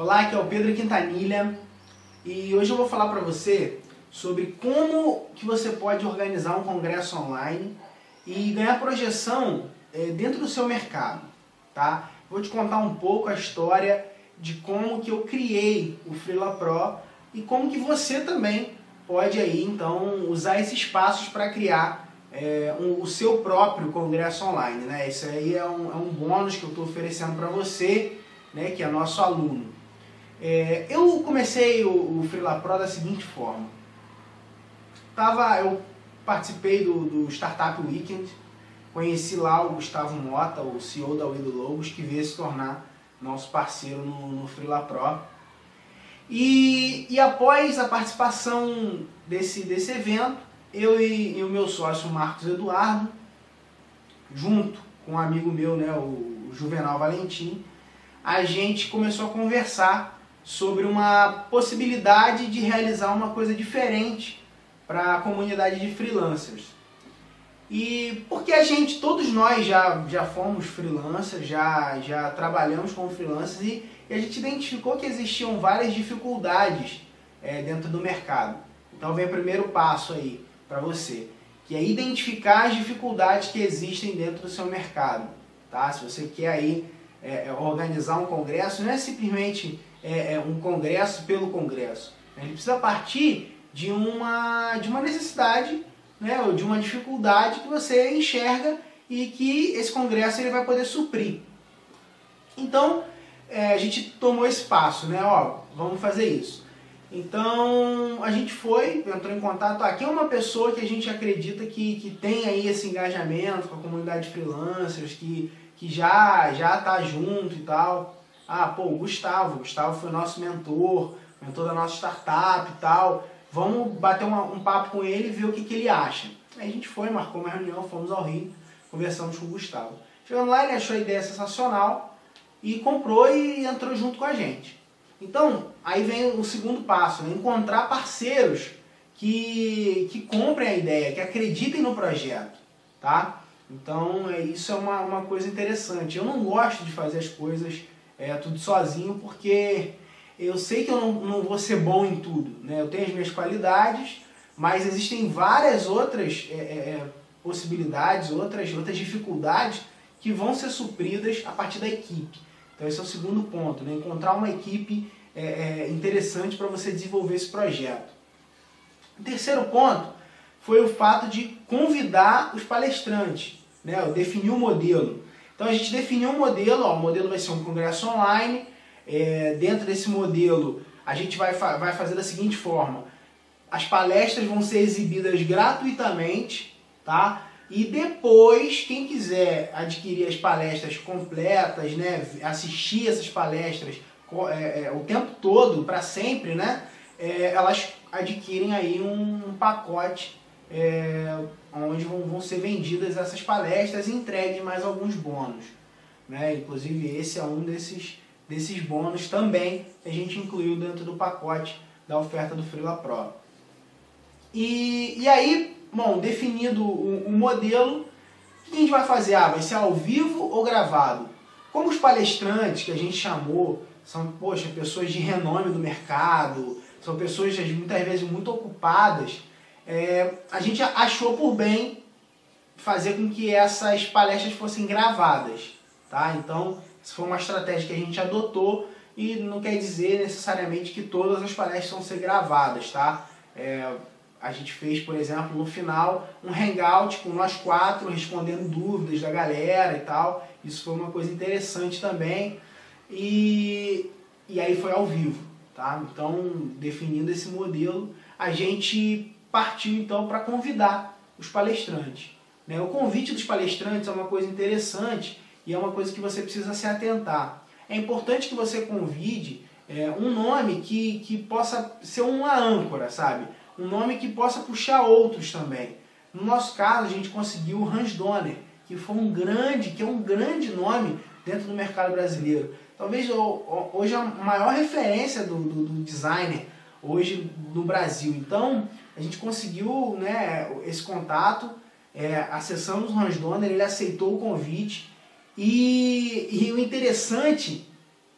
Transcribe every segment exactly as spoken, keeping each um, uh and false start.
Olá, aqui é o Pedro Quintanilha e hoje eu vou falar para você sobre como que você pode organizar um congresso online e ganhar projeção é, dentro do seu mercado, tá? Vou te contar um pouco a história de como que eu criei o Freela Pro e como que você também pode aí então usar esses passos para criar é, um, o seu próprio congresso online, né? Isso aí é um, é um bônus que eu estou oferecendo para você, né, que é nosso aluno. É, eu comecei o, o Freela Pro da seguinte forma. Tava, eu participei do, do Startup Weekend, conheci lá o Gustavo Mota, o C E O da Wido Logos, que veio se tornar nosso parceiro no, no Freela Pro. E, e após a participação desse, desse evento, eu e, e o meu sócio Marcos Eduardo, junto com um amigo meu, né, o Juvenal Valentim, a gente começou a conversar sobre uma possibilidade de realizar uma coisa diferente para a comunidade de freelancers. E porque a gente, todos nós já, já fomos freelancers, já, já trabalhamos como freelancers e, e a gente identificou que existiam várias dificuldades é, dentro do mercado. Então vem o primeiro passo aí para você, que é identificar as dificuldades que existem dentro do seu mercado. Tá? Se você quer aí é, organizar um congresso, não é simplesmente é, é um congresso pelo congresso. Ele precisa partir de uma, de uma necessidade, né, ou de uma dificuldade que você enxerga e que esse congresso ele vai poder suprir. Então, é, a gente tomou esse passo, né, ó, vamos fazer isso. Então, a gente foi, entrou em contato, aqui é uma pessoa que a gente acredita que, que tem aí esse engajamento com a comunidade de freelancers, que, que já já tá junto e tal. Ah, pô, o Gustavo, o Gustavo foi nosso mentor, mentor da nossa startup e tal. Vamos bater uma, um papo com ele e ver o que, que ele acha. Aí a gente foi, marcou uma reunião, fomos ao Rio, conversamos com o Gustavo. Chegando lá, ele achou a ideia sensacional e comprou e entrou junto com a gente. Então, aí vem o segundo passo, né? Encontrar parceiros que, que comprem a ideia, que acreditem no projeto, tá? Então, é, isso é uma, uma coisa interessante. Eu não gosto de fazer as coisas é, tudo sozinho, porque eu sei que eu não, não vou ser bom em tudo, né? Eu tenho as minhas qualidades, mas existem várias outras é, é, possibilidades, outras, outras dificuldades que vão ser supridas a partir da equipe. Então esse é o segundo ponto, né? Encontrar uma equipe é, é, interessante para você desenvolver esse projeto. O terceiro ponto foi o fato de convidar os palestrantes, né? Eu defini o modelo. Então a gente definiu um modelo, ó, o modelo vai ser um congresso online. É, dentro desse modelo a gente vai, fa vai fazer da seguinte forma: as palestras vão ser exibidas gratuitamente, tá? E depois, quem quiser adquirir as palestras completas, né, assistir essas palestras é, é, o tempo todo, para sempre, né, é, elas adquirem aí um, um pacote é, onde vão, vão ser vendidas essas palestras e entregues mais alguns bônus, né? Inclusive esse é um desses desses bônus também que a gente incluiu dentro do pacote da oferta do Freela Pro. E, e aí, bom, definido o, o modelo, o que a gente vai fazer? Ah, vai ser ao vivo ou gravado? Como os palestrantes que a gente chamou são, poxa, pessoas de renome do mercado, são pessoas muitas vezes muito ocupadas, é, a gente achou por bem fazer com que essas palestras fossem gravadas, tá? Então, essa foi uma estratégia que a gente adotou e não quer dizer necessariamente que todas as palestras vão ser gravadas, tá? É, a gente fez, por exemplo, no final, um hangout com nós quatro, respondendo dúvidas da galera e tal. Isso foi uma coisa interessante também. E, e aí foi ao vivo, tá? Então, definindo esse modelo, a gente partiu então para convidar os palestrantes, né? O convite dos palestrantes é uma coisa interessante e é uma coisa que você precisa se atentar. É importante que você convide é, um nome que, que possa ser uma âncora, sabe? Um nome que possa puxar outros também. No nosso caso, a gente conseguiu o Hans Donner, que foi um grande, que é um grande nome dentro do mercado brasileiro. Talvez hoje a maior referência do, do, do designer hoje no Brasil. Então, a gente conseguiu, né, esse contato, é, acessamos o Hans Donner, ele aceitou o convite. E, e o interessante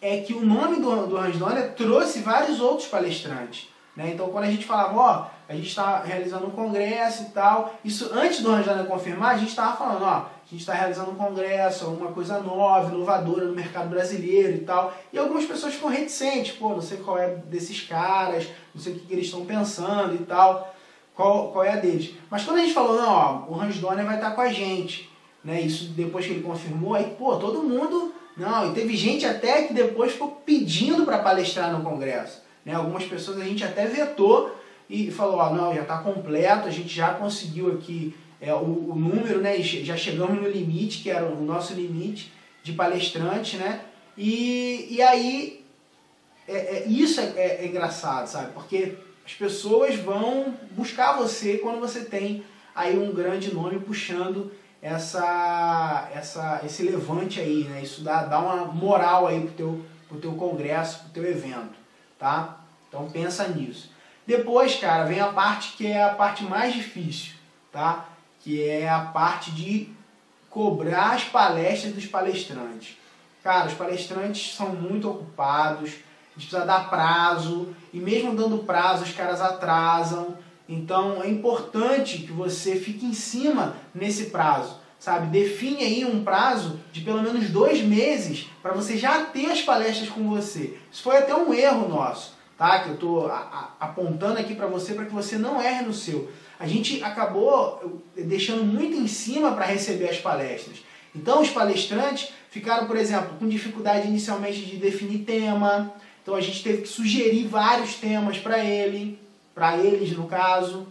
é que o nome do, do Hans Donner trouxe vários outros palestrantes. Né? Então, quando a gente falava, ó, a gente está realizando um congresso e tal, isso antes do Hans Donner confirmar, a gente estava falando, ó, a gente está realizando um congresso, uma coisa nova, inovadora no mercado brasileiro e tal, e algumas pessoas ficam reticentes, pô, não sei qual é desses caras, não sei o que, que eles estão pensando e tal, qual, qual é a deles. Mas quando a gente falou, não, ó, o Hans Donner vai estar com a gente, né? Isso depois que ele confirmou, aí, pô, todo mundo, não, e teve gente até que depois ficou pedindo para palestrar no congresso. Né? Algumas pessoas a gente até vetou e falou, ó, não, já está completo, a gente já conseguiu aqui é, o, o número, né? Já chegamos no limite, que era o nosso limite de palestrante, né? E, e aí, é, é, isso é, é, é engraçado, sabe? Porque as pessoas vão buscar você quando você tem aí um grande nome puxando essa, essa, esse levante aí, né? Isso dá, dá uma moral aí pro teu, pro teu congresso, pro teu evento. Tá? Então pensa nisso. Depois, cara, vem a parte que é a parte mais difícil, tá? Que é a parte de cobrar as palestras dos palestrantes. Cara, os palestrantes são muito ocupados, a gente precisa dar prazo, e mesmo dando prazo, os caras atrasam. Então é importante que você fique em cima nesse prazo, sabe? Define aí um prazo de pelo menos dois meses para você já ter as palestras com você. Isso foi até um erro nosso, tá? Que eu estou apontando aqui para você para que você não erre no seu. A gente acabou deixando muito em cima para receber as palestras. Então os palestrantes ficaram, por exemplo, com dificuldade inicialmente de definir tema. Então a gente teve que sugerir vários temas para ele, para eles no caso.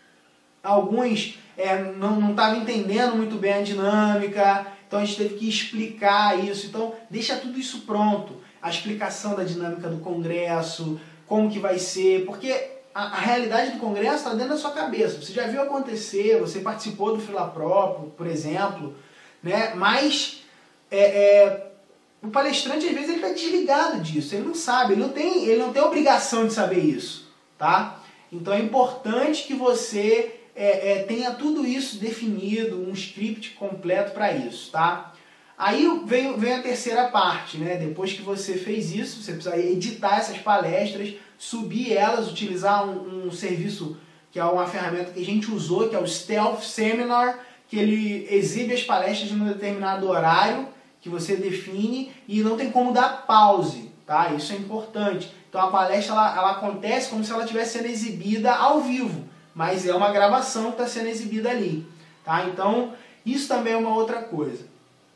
Alguns é, não estavam entendendo muito bem a dinâmica, então a gente teve que explicar isso. Então deixa tudo isso pronto, a explicação da dinâmica do congresso, como que vai ser, porque a, a realidade do congresso está dentro da sua cabeça. Você já viu acontecer, você participou do Fila Pro, por exemplo, né? Mas é, é, o palestrante às vezes ele está desligado disso, ele não sabe, ele não tem, ele não tem obrigação de saber isso, tá? Então é importante que você é, é, tenha tudo isso definido, um script completo para isso, tá? Aí vem, vem a terceira parte, né? Depois que você fez isso, você precisa editar essas palestras, subir elas, utilizar um, um serviço que é uma ferramenta que a gente usou, que é o Stealth Seminar, que ele exibe as palestras em um determinado horário que você define e não tem como dar pause, tá? Isso é importante. Então a palestra ela, ela acontece como se ela estivesse sendo exibida ao vivo, mas é uma gravação que está sendo exibida ali, tá? Então isso também é uma outra coisa.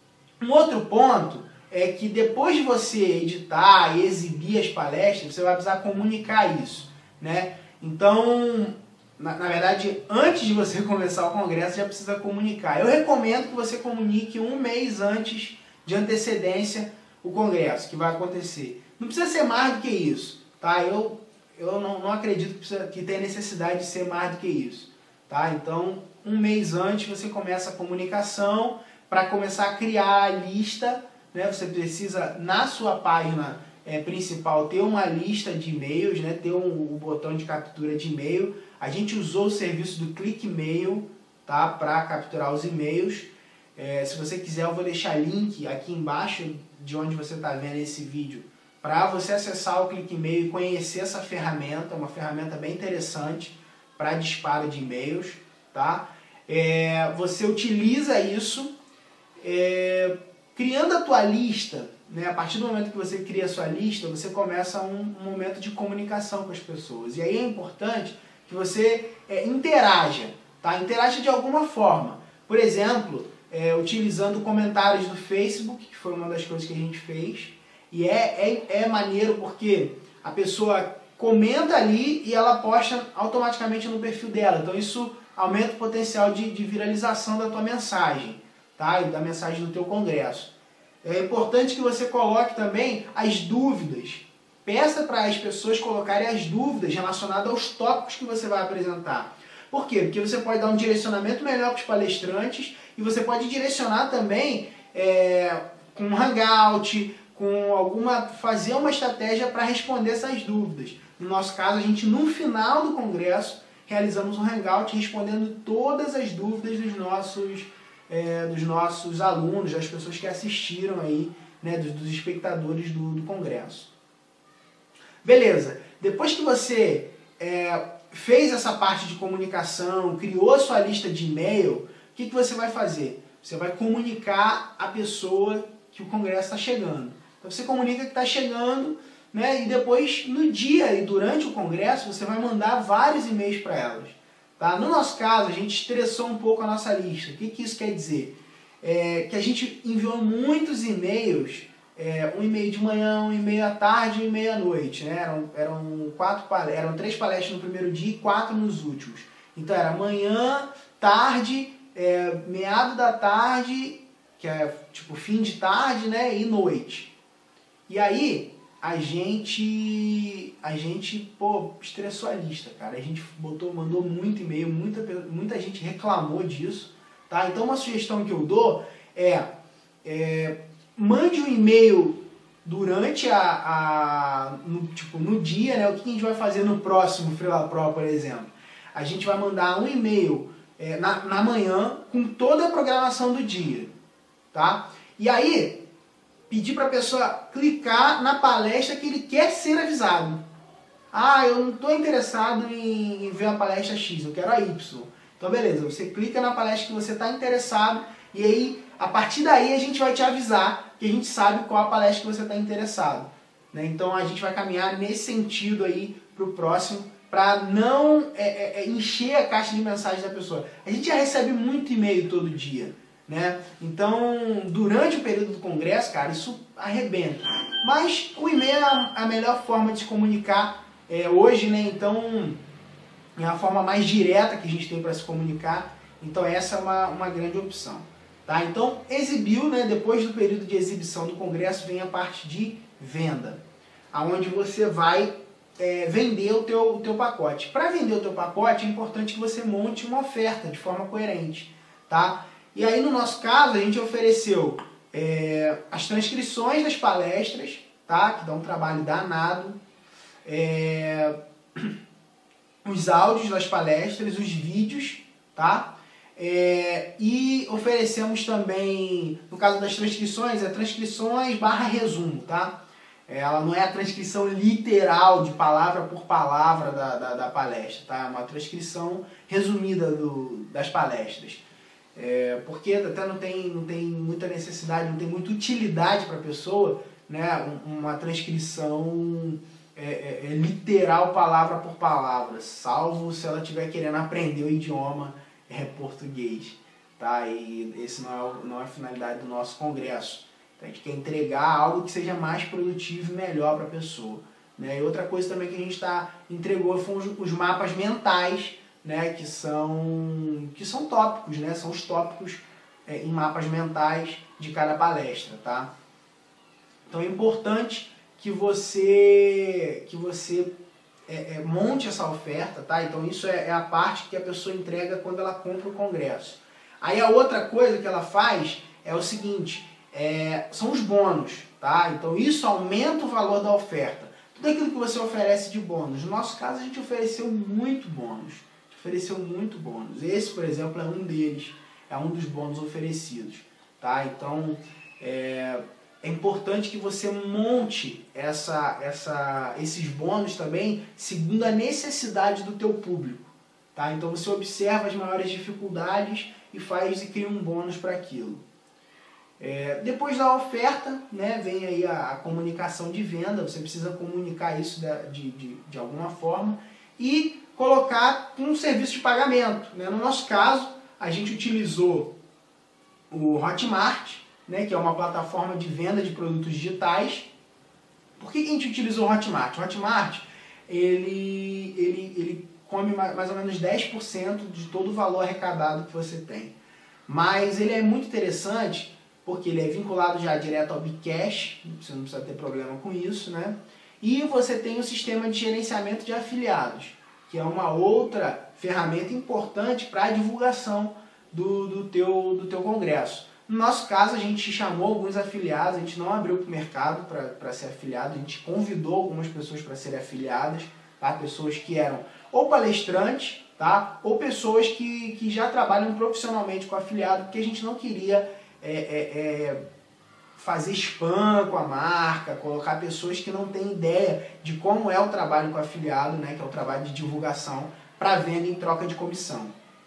Um outro ponto é que depois de você editar e exibir as palestras, você vai precisar comunicar isso, né? Então, na, na verdade, antes de você começar o congresso, já precisa comunicar. Eu recomendo que você comunique um mês antes de antecedência o congresso que vai acontecer. Não precisa ser mais do que isso, tá? Eu, eu não, não acredito que, precisa, que tenha necessidade de ser mais do que isso, tá? Então, um mês antes você começa a comunicação para começar a criar a lista, né? Você precisa, na sua página é, principal, ter uma lista de e-mails, né? Ter um, um botão de captura de e-mail. A gente usou o serviço do ClickMail, tá? Para capturar os e-mails. É, se você quiser, eu vou deixar link aqui embaixo de onde você está vendo esse vídeo para você acessar o ClickMail e conhecer essa ferramenta, uma ferramenta bem interessante para disparo de e-mails, tá? É, você utiliza isso é, criando a tua lista, né? A partir do momento que você cria a sua lista, você começa um, um momento de comunicação com as pessoas. E aí é importante que você é, interaja, tá? Interaja de alguma forma. Por exemplo, é, utilizando comentários do Facebook, que foi uma das coisas que a gente fez. E é, é, é maneiro porque a pessoa comenta ali e ela posta automaticamente no perfil dela. Então isso aumenta o potencial de, de viralização da tua mensagem, tá? E da mensagem do teu congresso. É importante que você coloque também as dúvidas. Peça para as pessoas colocarem as dúvidas relacionadas aos tópicos que você vai apresentar. Por quê? Porque você pode dar um direcionamento melhor para os palestrantes e você pode direcionar também é, com um hangout, com alguma, fazer uma estratégia para responder essas dúvidas. No nosso caso, a gente, no final do congresso, realizamos um hangout respondendo todas as dúvidas dos nossos, é, dos nossos alunos, das pessoas que assistiram aí né, dos, dos espectadores do, do congresso. Beleza, depois que você é, fez essa parte de comunicação, criou a sua lista de e-mail, o que, que você vai fazer? Você vai comunicar a pessoa que o congresso está chegando. Então você comunica que está chegando, né, e depois, no dia e durante o congresso, você vai mandar vários e-mails para elas. Tá? No nosso caso, a gente estressou um pouco a nossa lista. O que, que isso quer dizer? É que a gente enviou muitos e-mails, é, um e-mail de manhã, um e-mail à tarde e um e-mail à noite. Né? Eram, eram, quatro, eram três palestras no primeiro dia e quatro nos últimos. Então era manhã, tarde, é, meado da tarde, que é tipo fim de tarde, né, e noite. E aí a gente, a gente, pô, estressou a lista, cara. A gente botou, mandou muito e-mail, muita, muita gente reclamou disso, tá? Então uma sugestão que eu dou é, é mande um e-mail durante a, a no, tipo, no dia, né? O que a gente vai fazer no próximo Freela Pro, por exemplo? A gente vai mandar um e-mail é, na, na manhã com toda a programação do dia, tá? E aí pedir para a pessoa clicar na palestra que ele quer ser avisado. Ah, eu não estou interessado em, em ver a palestra X, eu quero a Y. Então beleza, você clica na palestra que você está interessado e aí, a partir daí, a gente vai te avisar que a gente sabe qual a palestra que você está interessado. Né? Então a gente vai caminhar nesse sentido aí para o próximo, para não é, é, encher a caixa de mensagens da pessoa. A gente já recebe muito e-mail todo dia. Né? Então, durante o período do congresso, cara, isso arrebenta. Mas o e-mail é a melhor forma de se comunicar é, hoje, né? Então, é a forma mais direta que a gente tem para se comunicar. Então, essa é uma, uma grande opção. Tá? Então, exibiu, né? Depois do período de exibição do congresso, vem a parte de venda, aonde você vai é, vender o teu, o teu pacote. Para vender o teu pacote, é importante que você monte uma oferta de forma coerente. Tá? E aí, no nosso caso, a gente ofereceu é, as transcrições das palestras, tá? Que dá um trabalho danado, é, os áudios das palestras, os vídeos, tá? É, e oferecemos também, no caso das transcrições, é transcrições barra resumo, tá? Ela não é a transcrição literal de palavra por palavra da, da, da palestra, tá? É uma transcrição resumida do, das palestras. É, porque até não tem, não tem muita necessidade, não tem muita utilidade para a pessoa, né, uma transcrição é, é, é literal palavra por palavra, salvo se ela estiver querendo aprender o idioma é, português. Tá? E esse não é, não é a finalidade do nosso congresso. Então, a gente quer entregar algo que seja mais produtivo e melhor para a pessoa. Né? E outra coisa também que a gente tá, entregou foram os, os mapas mentais, né, que são, que são tópicos, né, são os tópicos é, em mapas mentais de cada palestra, tá? Então é importante que você, que você é, é, monte essa oferta, tá? Então isso é, é a parte que a pessoa entrega quando ela compra o congresso. Aí a outra coisa que ela faz é o seguinte, é, são os bônus, tá? Então isso aumenta o valor da oferta. Tudo aquilo que você oferece de bônus. No nosso caso a gente ofereceu muito bônus. Ofereceu muito bônus. Esse, por exemplo, é um deles, é um dos bônus oferecidos. Tá? Então, é, é importante que você monte essa, essa, esses bônus também segundo a necessidade do teu público. Tá? Então, você observa as maiores dificuldades e faz e cria um bônus para aquilo. É, depois da oferta, né, vem aí a, a comunicação de venda. Você precisa comunicar isso de, de, de alguma forma e colocar um serviço de pagamento. Né? No nosso caso, a gente utilizou o Hotmart, né, que é uma plataforma de venda de produtos digitais. Por que a gente utilizou o Hotmart? O Hotmart ele, ele, ele come mais ou menos dez por cento de todo o valor arrecadado que você tem. Mas ele é muito interessante porque ele é vinculado já direto ao Bcash, você não precisa ter problema com isso, né? E você tem o sistema de gerenciamento de afiliados, que é uma outra ferramenta importante para a divulgação do, do, teu, do teu congresso. No nosso caso, a gente chamou alguns afiliados, a gente não abriu para o mercado para ser afiliado, a gente convidou algumas pessoas para serem afiliadas, tá? Pessoas que eram ou palestrantes, tá? Ou pessoas que, que já trabalham profissionalmente com afiliado, porque a gente não queria é, é, é, fazer spam com a marca, colocar pessoas que não têm ideia de como é o trabalho com afiliado, né, que é o trabalho de divulgação para venda em troca de comissão.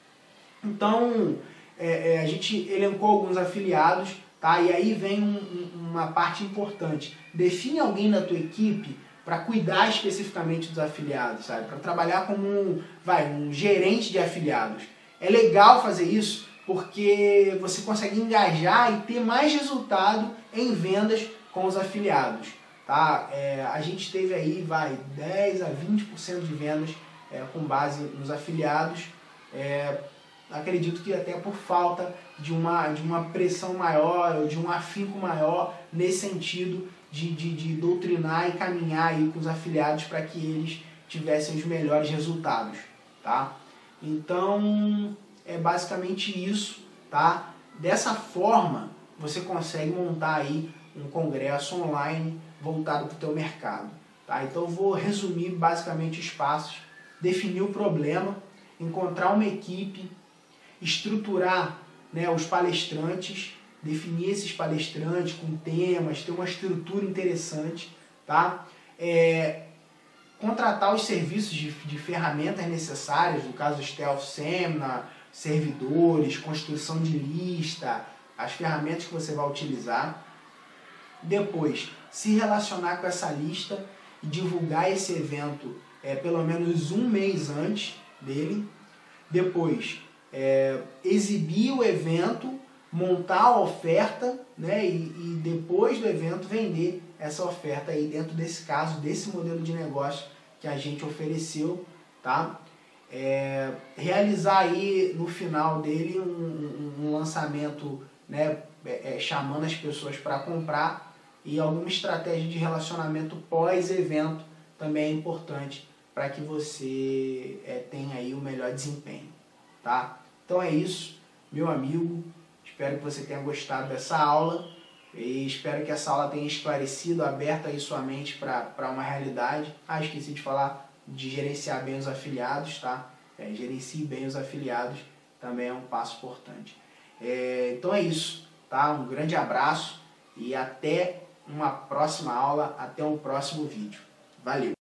Então, é, é, a gente elencou alguns afiliados, tá? E aí vem um, um, uma parte importante. Define alguém da tua equipe para cuidar especificamente dos afiliados, sabe? Para trabalhar como um, vai, um gerente de afiliados. É legal fazer isso porque você consegue engajar e ter mais resultado em vendas com os afiliados, tá? É, a gente teve aí, vai, dez a vinte por cento de vendas é, com base nos afiliados. É, acredito que até por falta de uma, de uma pressão maior, ou de um afinco maior nesse sentido de, de, de doutrinar e caminhar aí com os afiliados para que eles tivessem os melhores resultados, tá? Então, é basicamente isso, tá? Dessa forma, você consegue montar aí um congresso online voltado para o teu mercado, tá? Então, eu vou resumir basicamente os passos: definir o problema, encontrar uma equipe, estruturar, né, os palestrantes, definir esses palestrantes com temas, ter uma estrutura interessante, tá? É, contratar os serviços de, de ferramentas necessárias, no caso Stealth Seminar, servidores, construção de lista, as ferramentas que você vai utilizar. Depois, se relacionar com essa lista e divulgar esse evento é, pelo menos um mês antes dele. Depois, é, exibir o evento, montar a oferta, né, e, e depois do evento vender essa oferta aí dentro desse caso, desse modelo de negócio que a gente ofereceu, tá? É, realizar aí no final dele um, um, um lançamento, né, é, é, chamando as pessoas para comprar, e alguma estratégia de relacionamento pós-evento também é importante para que você é, tenha aí o melhor desempenho, tá? Então é isso, meu amigo. Espero que você tenha gostado dessa aula e espero que essa aula tenha esclarecido, aberto aí sua mente para uma realidade. Ah, esqueci de falar de gerenciar bem os afiliados, tá? É, gerencie bem os afiliados, também é um passo importante. É, então é isso, tá? Um grande abraço e até uma próxima aula, até um próximo vídeo. Valeu!